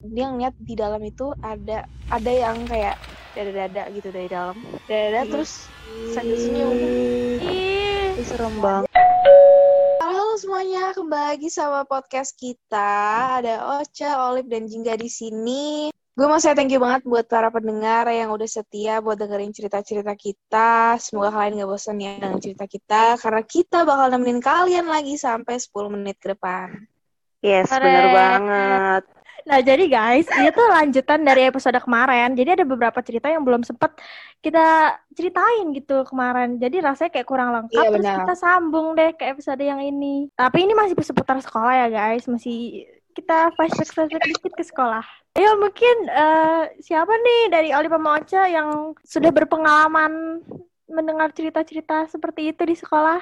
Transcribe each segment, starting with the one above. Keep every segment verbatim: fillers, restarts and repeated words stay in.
dia ngeliat di dalam itu ada ada yang kayak dada-dada gitu dari dalam. Dada-dada terus sambil senyum. Ih, serem banget. Halo semuanya, kembali lagi sama podcast kita. Ada Ocha, Olive, dan Jingga di sini. Gue mau saya thank you banget buat para pendengar yang udah setia buat dengerin cerita-cerita kita. Semoga kalian gak bosan ya dengan cerita kita, karena kita bakal nemenin kalian lagi sampai sepuluh menit ke depan. Yes, Keren. bener banget. Nah, jadi guys, ini tuh lanjutan dari episode kemarin. Jadi ada beberapa cerita yang belum sempet kita ceritain gitu kemarin. Jadi rasanya kayak kurang lengkap. Iya, Terus benar. kita sambung deh ke episode yang ini. Tapi ini masih seputar sekolah ya guys. Masih kita flashback-flashback dikit ke sekolah. Ayo mungkin uh, siapa nih dari Oli sama Ocha yang sudah berpengalaman mendengar cerita-cerita seperti itu di sekolah?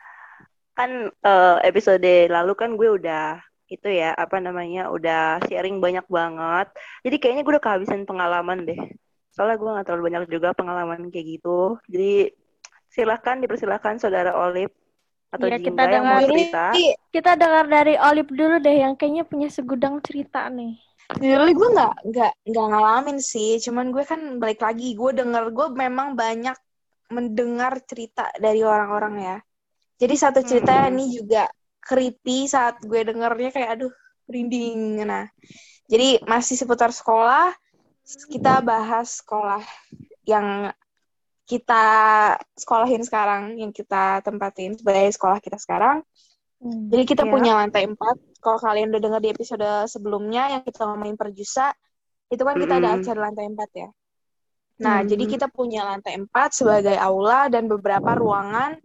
Kan uh, episode lalu kan gue udah itu ya, apa namanya, udah sharing banyak banget. Jadi kayaknya gue udah kehabisan pengalaman deh. Soalnya gue gak terlalu banyak juga pengalaman kayak gitu. Jadi silahkan, dipersilahkan Saudara Olive atau Ya, Jingga kita yang mau dengar. cerita. Kita dengar dari Olive dulu deh yang kayaknya punya segudang cerita nih. Jujur gue nggak nggak nggak ngalamin sih, cuman gue kan balik lagi, gue denger gue memang banyak mendengar cerita dari orang-orang ya. Jadi satu cerita Hmm. ini juga creepy saat gue dengernya kayak aduh merinding. Nah, jadi masih seputar sekolah, kita bahas sekolah yang kita sekolahin sekarang, yang kita tempatin sebagai sekolah kita sekarang. Hmm, Jadi kita ya. punya lantai empat. Kalau kalian udah dengar di episode sebelumnya yang kita ngomongin perjusa, itu kan kita ada Mm-mm. acara lantai empat ya. Nah, Hmm. jadi kita punya lantai empat sebagai aula dan beberapa ruangan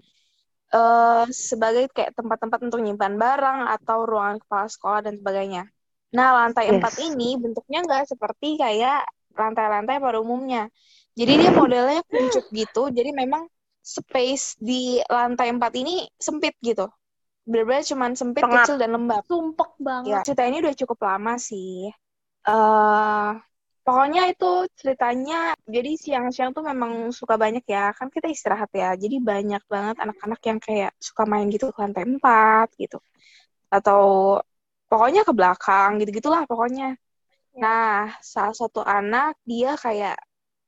uh, sebagai kayak tempat-tempat untuk nyimpan barang atau ruangan kepala sekolah dan sebagainya. Nah, lantai Yes. empat ini bentuknya nggak seperti kayak lantai-lantai pada umumnya. Jadi dia modelnya kuncup gitu, jadi memang space di lantai empat ini sempit gitu. Bener-bener cuman sempit, Pengap. kecil, dan lembab. Sumpek Ya, banget. cerita ini udah cukup lama sih. Uh, pokoknya itu ceritanya, jadi siang-siang tuh memang suka banyak ya. Kan kita istirahat ya, jadi banyak banget anak-anak yang kayak suka main gitu ke lantai empat gitu. Atau pokoknya ke belakang gitu-gitulah pokoknya. Nah, salah satu anak dia kayak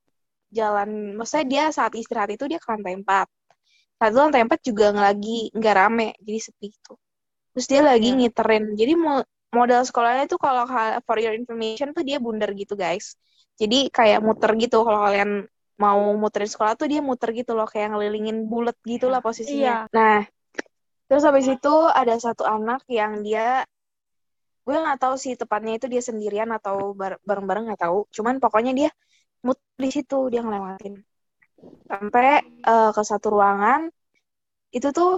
jalan, maksudnya dia saat istirahat itu dia ke lantai empat. Saat itu lantai empat juga nggak lagi, nggak rame, jadi sepi gitu. Terus dia lagi Ya. ngiterin. Jadi mo- modal sekolahnya tuh kalau ka- for your information tuh dia bundar gitu guys. Jadi kayak muter gitu. Kalau kalian mau muterin sekolah tuh dia muter gitu loh. Kayak ngelilingin bulat gitu lah posisinya. Iya. Nah, terus habis itu ada satu anak yang dia, gue nggak tahu sih tepatnya itu dia sendirian atau bar- bareng-bareng nggak tahu. Cuman pokoknya dia muter di situ, dia ngelewatin. Sampai uh, ke satu ruangan, itu tuh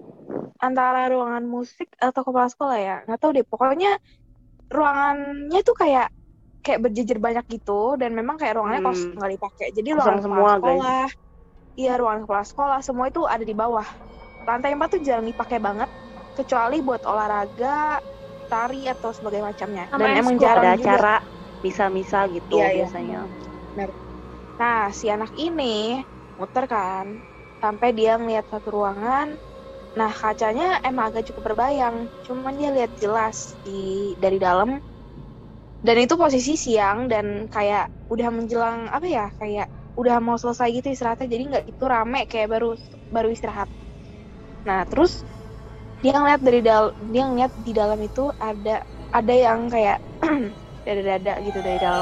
antara ruangan musik atau kepala sekolah ya, nggak tahu deh. Pokoknya ruangannya tuh kayak kayak berjejer banyak gitu, dan memang kayak ruangannya Hmm. kosong nggak dipakai. Jadi Kosong ruangan kepala semua, guys. sekolah, iya ruangan kepala sekolah semua itu ada di bawah. Lantai empat tuh jarang dipakai banget, kecuali buat olahraga, tari atau sebagai macamnya. Sama Dan emang eskul. jarang Ada juga. acara misa-misa gitu Iya, iya. biasanya. Benar. Nah, si anak ini muter kan, sampai dia ngeliat satu ruangan. Nah, kacanya emang agak cukup berbayang, cuman dia lihat jelas di dari dalam. Dan itu posisi siang dan kayak udah menjelang apa ya, kayak udah mau selesai gitu istirahatnya, jadi nggak itu rame kayak baru baru istirahat. Nah, terus dia ngeliat dari dal dia ngeliat di dalam itu ada ada yang kayak dada-dada gitu dari dalam.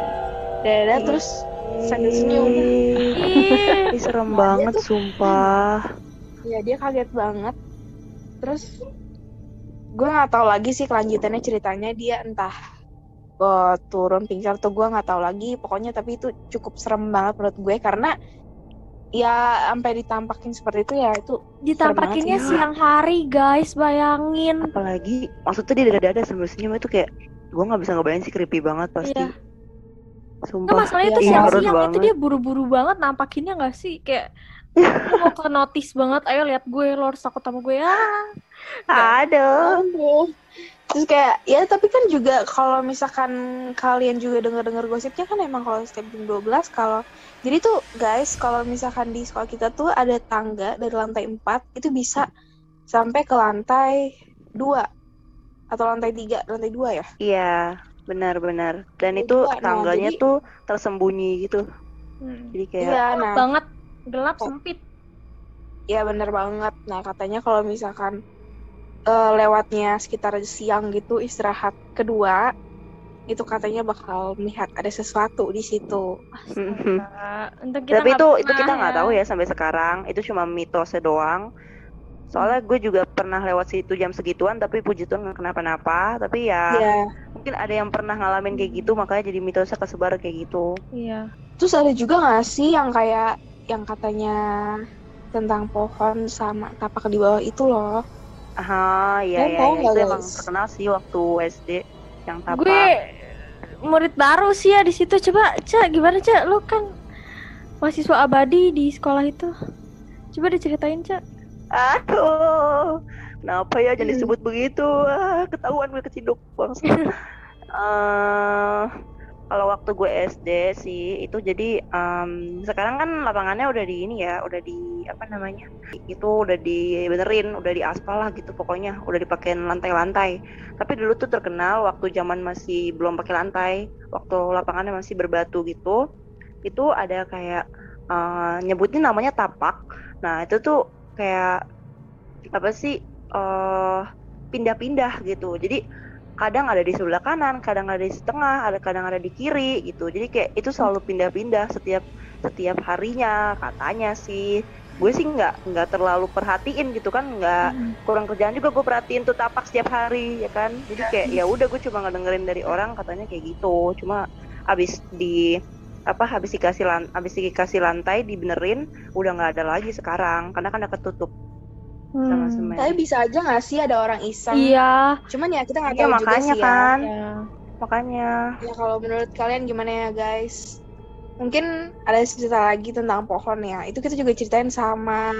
Dada terus sambil senyum. Ih, Ih, serem Nah, dia banget, tuh- sumpah. Ya, dia kaget banget. Terus gue nggak tahu lagi sih kelanjutannya ceritanya, dia entah oh, turun pingsan atau gue nggak tahu lagi. Pokoknya tapi itu cukup serem banget menurut gue, karena ya sampai ditampakin seperti itu ya, itu ditampakinnya sih. siang hari guys, bayangin. Apalagi maksudnya dia dada-dada sambil senyum itu kayak gue nggak bisa ngebayangin sih, creepy banget pasti. Iya. Sumpah. Nggak, masalahnya Iya, tuh iya, siang-siang horor itu banget. dia buru-buru banget nampakinnya nggak sih? Kayak dia mau ke notice banget, ayo lihat gue, lo harus takut sama gue. Ah. Aduh. Aduh. Terus kayak ya tapi kan juga kalau misalkan kalian juga dengar-dengar gosipnya kan emang kalau setiap jam dua belas kalau jadi tuh guys, kalau misalkan di sekolah kita tuh ada tangga dari lantai empat itu bisa sampai ke lantai dua atau lantai tiga, lantai dua ya? Iya. benar-benar. Dan Iya itu juga. Nah, tangganya jadi tuh tersembunyi gitu. Hmm. Jadi kayak iya, Gelap nah, banget, gelap sempit. ya bener banget. Nah, katanya kalau misalkan eh, lewatnya sekitar siang gitu istirahat kedua, itu katanya bakal melihat ada sesuatu di situ. Astaga. Untuk kita tapi nggak itu itu pernah kita ya. nggak tahu ya sampai sekarang. Itu cuma mitosnya doang. Soalnya gue juga pernah lewat situ jam segituan, tapi puji Tuhan nggak kenapa-napa. Tapi ya Ya, mungkin ada yang pernah ngalamin kayak gitu, makanya jadi mitosnya kesebar kayak gitu. Iya. terus ada juga nggak sih yang kayak yang katanya tentang pohon sama tapak di bawah itu loh? Ah, iya Kalian iya tahu iya nggak itu emang guys? terkenal sih waktu S D yang Gue tapak. murid baru sih ya di situ. Coba, Cak, gimana, Cak? Lu kan mahasiswa abadi di sekolah itu. Coba diceritain, Cak. Aduh, kenapa ya jangan Hmm. disebut begitu? Ah, ketahuan gue keciduk bangsa. Eh, kalau waktu gue S D sih itu jadi em, sekarang kan lapangannya udah di ini ya, udah di apa namanya? Itu udah dibenerin, udah diaspal lah gitu pokoknya, udah dipakein lantai-lantai. Tapi dulu tuh terkenal waktu zaman masih belum pakai lantai, waktu lapangannya masih berbatu gitu. Itu ada kayak eh, nyebutnya namanya tapak. Nah, itu tuh kayak apa sih eh pindah-pindah gitu. Jadi kadang ada di sebelah kanan, kadang ada di setengah, ada kadang ada di kiri gitu. Jadi kayak itu selalu pindah-pindah setiap setiap harinya katanya sih. Gue sih nggak nggak terlalu perhatiin gitu kan, nggak kurang kerjaan juga gue perhatiin tuh tapak setiap hari ya kan. Jadi kayak ya udah gue cuma ngedengerin dari orang katanya kayak gitu. Cuma abis di apa habis dikasih lan, habis dikasih lantai dibenerin udah nggak ada lagi sekarang karena kan udah ketutup sama Hmm. semen. Tapi bisa aja nggak sih ada orang iseng? Iya. Cuman ya kita nggak Iya tahu juga makanya sih ya. kan, Ya. makanya. Ya kalau menurut kalian gimana ya guys? Mungkin ada cerita lagi tentang pohon ya. Itu kita juga ceritain sama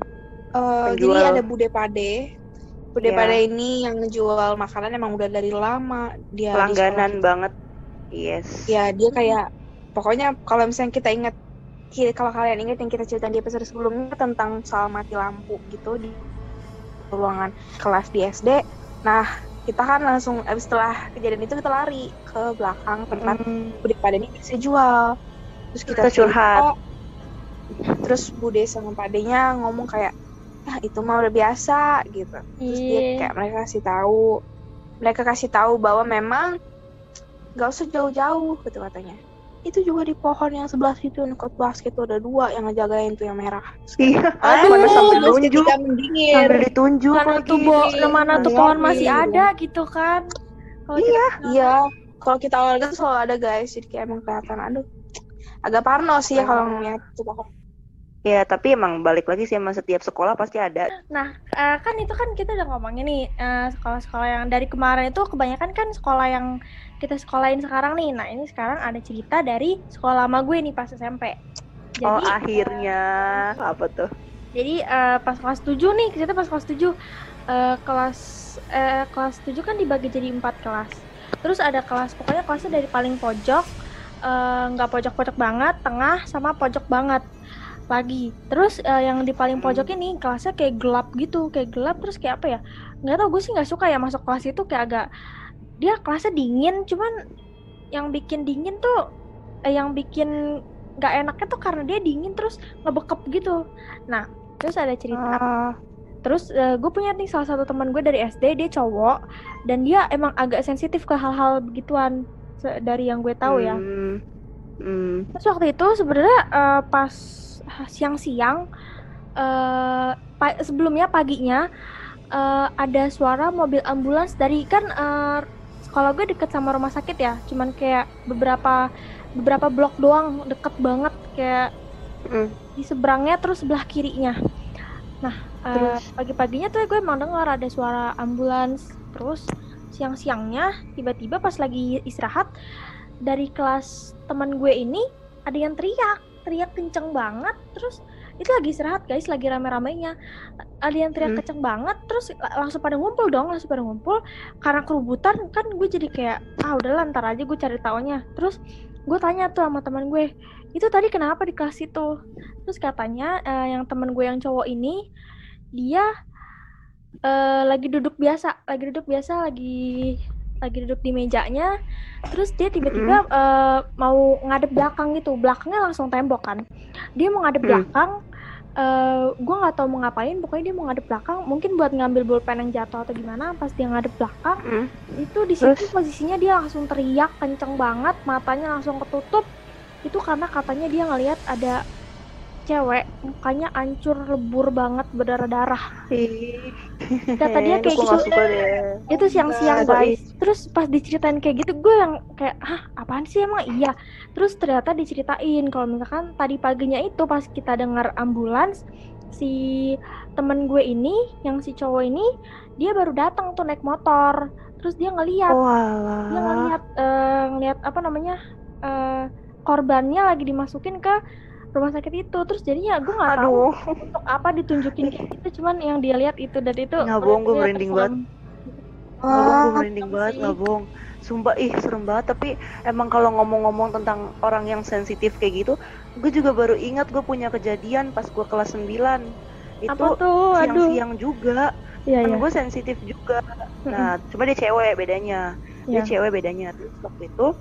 eh, Penjual. jadi ada Bude Pade. Bude Ya. Pade ini yang ngejual makanan emang udah dari lama dia di sekolah Langganan kita. banget. Yes. Ya dia kayak pokoknya kalau misalnya kita ingat kalau kalian ingat yang kita ceritain di episode sebelumnya tentang soal mati lampu gitu di ruangan kelas di S D. Nah, kita kan langsung abis setelah kejadian itu kita lari ke belakang tempat Mm, Bude Pade ini bisa jual. Terus kita, Kita curhat. cerita, terus Bude sama Padenya ngomong kayak, ah itu mah udah biasa gitu. Terus dia Iya. kayak mereka kasih tahu, mereka kasih tahu bahwa memang gak usah jauh-jauh gitu katanya. Itu juga di pohon yang sebelah situ dekat basket tuh ada dua yang ngejagain tuh yang merah. Terus kayak, Iya. aduh, Mana sambil terus nunjuk, ketika mendingin. sambil ditunjuk Mana lagi. tuh bo, mana tuh pohon masih Iya. ada gitu kan? Kalau Iya. kita Iya, kalau kita olahraga tuh selalu ada guys, jadi kayak emang kelihatan. Aduh, agak parno sih ya kalau ngeliat tuh pohon. Ya tapi emang balik lagi sih emang setiap sekolah pasti ada. Nah, eh, kan itu kan kita udah ngomongin nih eh, sekolah-sekolah yang dari kemarin itu kebanyakan kan sekolah yang kita sekolahin sekarang nih. Nah, ini sekarang ada cerita dari sekolah lama gue nih pas S M P. Jadi, Oh akhirnya apa tuh? Jadi eh, pas kelas tujuh nih, kita pas kelas tujuh eh, kelas eh, kelas tujuh kan dibagi jadi empat kelas. Terus ada kelas, pokoknya kelasnya dari paling pojok, eh, nggak pojok-pojok banget, tengah, sama pojok banget lagi. Terus eh, yang di paling pojok ini kelasnya kayak gelap gitu, kayak gelap terus kayak apa ya? Nggak tahu, gue sih nggak suka ya masuk kelas itu, kayak agak dia kelasnya dingin, cuman yang bikin dingin tuh eh, yang bikin nggak enaknya tuh karena dia dingin terus ngebekep gitu. Nah, terus ada cerita. Ah, Terus uh, gue punya nih salah satu teman gue dari S D, dia cowok dan dia emang agak sensitif ke hal-hal begituan se- dari yang gue tahu ya. hmm, hmm. Terus waktu itu sebenarnya uh, pas siang-siang uh, pa- sebelumnya paginya uh, ada suara mobil ambulans dari kan uh, sekolah gue deket sama rumah sakit ya, cuman kayak beberapa beberapa blok doang, deket banget kayak Hmm. di seberangnya terus sebelah kirinya. Nah, uh, Terus? pagi-paginya tuh gue emang dengar ada suara ambulans. Terus siang-siangnya tiba-tiba pas lagi istirahat dari kelas teman gue ini ada yang teriak, teriak kenceng banget. Terus itu lagi istirahat guys, lagi rame-ramenya. Ada yang teriak Hmm. kenceng banget, terus langsung pada ngumpul dong, langsung pada ngumpul. Karena kerubutan kan gue jadi kayak, ah udahlah ntar aja gue cari taunya. Terus gue tanya tuh sama teman gue, itu tadi kenapa di kelas itu? Terus katanya uh, yang teman gue yang cowok ini dia uh, lagi duduk biasa, lagi duduk biasa, lagi lagi duduk di mejanya, terus dia tiba-tiba mm. uh, mau ngadep belakang gitu, belakangnya langsung tembok kan, dia mau ngadep mm. belakang, uh, gue nggak tahu mau ngapain, pokoknya dia mau ngadep belakang, mungkin buat ngambil bolpen yang jatuh atau gimana, pas dia ngadep belakang, mm. itu di situ posisinya dia langsung teriak kenceng banget, matanya langsung ketutup, itu karena katanya dia ngelihat ada cewek mukanya hancur lebur banget berdarah-darah. Kata dia kayak gitu. Itu siang-siang guys. Terus pas diceritain kayak gitu gue yang kayak hah apaan sih emang iya. Terus ternyata diceritain kalau misalkan tadi paginya itu pas kita dengar ambulans si temen gue ini yang si cowok ini dia baru datang tuh naik motor. Terus dia ngelihat oh, dia ngelihat uh, ngelihat apa namanya uh, korbannya lagi dimasukin ke rumah sakit itu, terus jadinya gue nggak tahu untuk apa ditunjukin kayak gitu, cuman yang dia lihat itu dan itu nggak bohong gue merinding banget, nggak bohong gue merinding banget, nggak bohong, sumpah ih serem banget. Tapi emang kalau ngomong-ngomong tentang orang yang sensitif kayak gitu, gue juga baru ingat gue punya kejadian pas gue kelas sembilan itu siang-siang juga, ya, kan ya. Gue sensitif juga, nah mm-hmm. cuma dia cewek bedanya, dia ya. cewek bedanya, terus waktu itu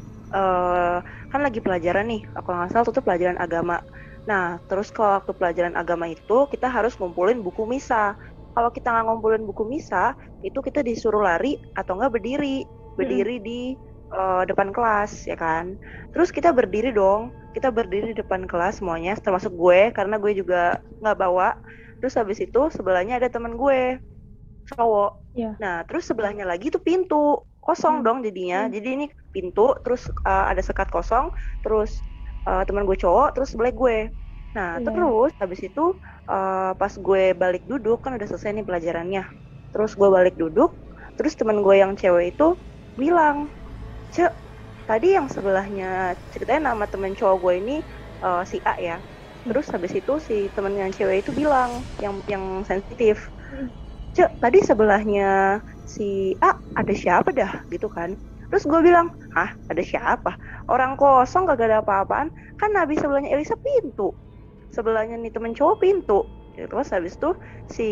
Uh, kan lagi pelajaran nih, aku nggak salah itu pelajaran agama. Nah, terus kalau waktu pelajaran agama itu kita harus ngumpulin buku misa. Kalau kita nggak ngumpulin buku misa, itu kita disuruh lari atau nggak berdiri, berdiri hmm. di uh, depan kelas, ya kan? Terus kita berdiri dong, kita berdiri di depan kelas semuanya, termasuk gue, karena gue juga nggak bawa. Terus habis itu sebelahnya ada teman gue, cowok. Yeah. Nah, terus sebelahnya lagi tuh pintu. Kosong hmm. dong jadinya, hmm. jadi ini pintu, terus uh, ada sekat kosong, terus uh, teman gue cowok, terus sebelah gue. Nah yeah. terus habis itu uh, pas gue balik duduk kan udah selesai nih pelajarannya, terus gue balik duduk, terus teman gue yang cewek itu bilang, Cek, tadi yang sebelahnya ceritanya nama teman cowok gue ini uh, si A ya, terus habis itu si teman yang cewek itu bilang, yang yang sensitif, Cek, tadi sebelahnya si A ada siapa dah gitu kan. Terus gue bilang, hah ada siapa? Orang kosong gak ada apa-apaan. Kan habis sebelahnya Elisa pintu, sebelahnya nih temen cowok pintu. Terus habis itu si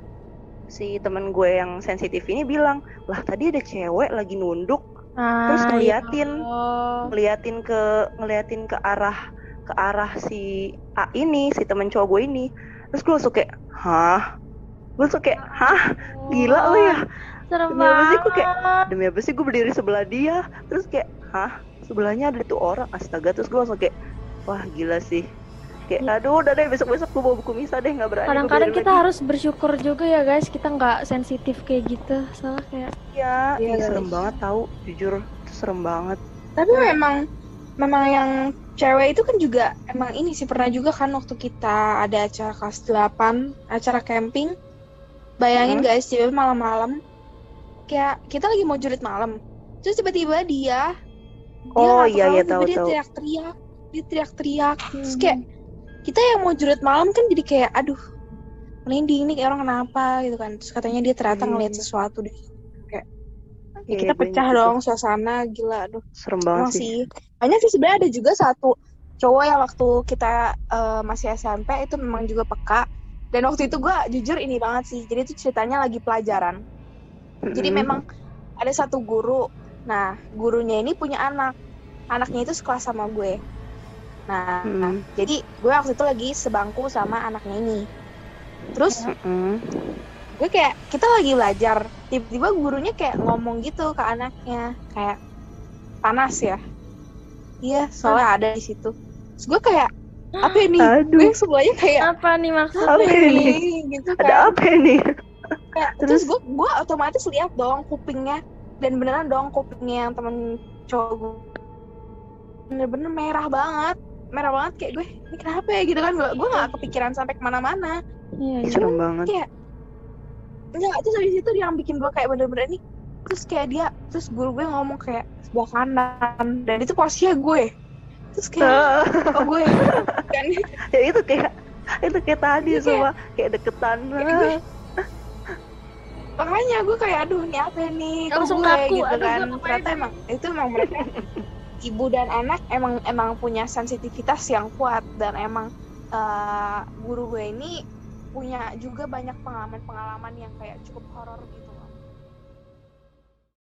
si temen gue yang sensitif ini bilang, lah tadi ada cewek lagi nunduk, ah, terus ngeliatin ya. ngeliatin ke ngeliatin ke arah ke arah si A ini, si temen cowok gue ini. Terus gue langsung kayak, hah? Gue langsung kayak, hah? Gila lo ya? Serem demi apa sih gue kayak, demi apa sih gue berdiri sebelah dia? Terus kayak, hah? Sebelahnya ada tuh orang, astaga. Terus gue langsung kayak, wah gila sih. Kayak, aduh udah deh besok-besok gue bawa buku misa deh, gak berani. Kadang-kadang kita lagi. Harus bersyukur juga ya guys, kita gak sensitif kayak gitu. Soalnya kayak ya, ya serem banget tau, jujur itu serem banget. Tapi memang memang yang cewek itu kan juga emang ini sih, pernah juga kan waktu kita ada acara kelas delapan, acara camping. Bayangin hmm. guys, cewek malam-malam kayak kita lagi mau jurit malam, terus tiba-tiba dia oh dia iya iya tahu dia tahu teriak-teriak dia teriak-teriak hmm. terus kayak kita yang mau jurit malam kan jadi kayak aduh merinding nih, kayak orang kenapa gitu kan. Terus katanya dia ternyata hmm. ngeliat sesuatu deh, kayak ya yeah, kita pecah dong itu. Suasana gila, aduh serem banget sih. sih banyak sih sebenarnya. Ada juga satu cowok yang waktu kita uh, masih S M P itu memang juga peka, dan waktu itu gue jujur ini banget sih. Jadi itu ceritanya lagi pelajaran. Jadi mm-hmm. memang ada satu guru. Nah, gurunya ini punya anak. Anaknya itu sekelas sama gue. Nah, mm-hmm. nah jadi gue waktu itu lagi sebangku sama anaknya ini. Terus mm-hmm. gue kayak, kita lagi belajar. Tiba-tiba gurunya kayak ngomong gitu ke anaknya. Kayak, panas ya? Iya, soalnya ada di situ. Terus gue kayak, apa ini? Aduh. Gue semuanya kayak, apa nih maksudnya? Apa ini? Gitu kan. Ada apa ini? Ya, terus gue gue otomatis lihat dong kupingnya, dan beneran dong kupingnya yang temen cowok gue bener-bener merah banget, merah banget kayak gue ini kenapa ya gitu kan. Gue gue nggak kepikiran sampai kemana-mana. Iya, serem banget. Kayak nggak, terus habis itu yang bikin gue kayak bener-bener ini, terus kayak dia, terus guru gue ngomong kayak sebelah kanan, dan itu posisinya gue. Terus kayak oh gue kan ya itu kayak itu kayak tadi kayak, semua kayak deketan. Kayak gue, makanya gue kayak aduh ini apa nih, kok langsung gue kaku, gitu aduh, kan. Ternyata emang itu emang mereka ibu dan anak emang emang punya sensitivitas yang kuat, dan emang uh, guru gue ini punya juga banyak pengalaman-pengalaman yang kayak cukup horor gitu.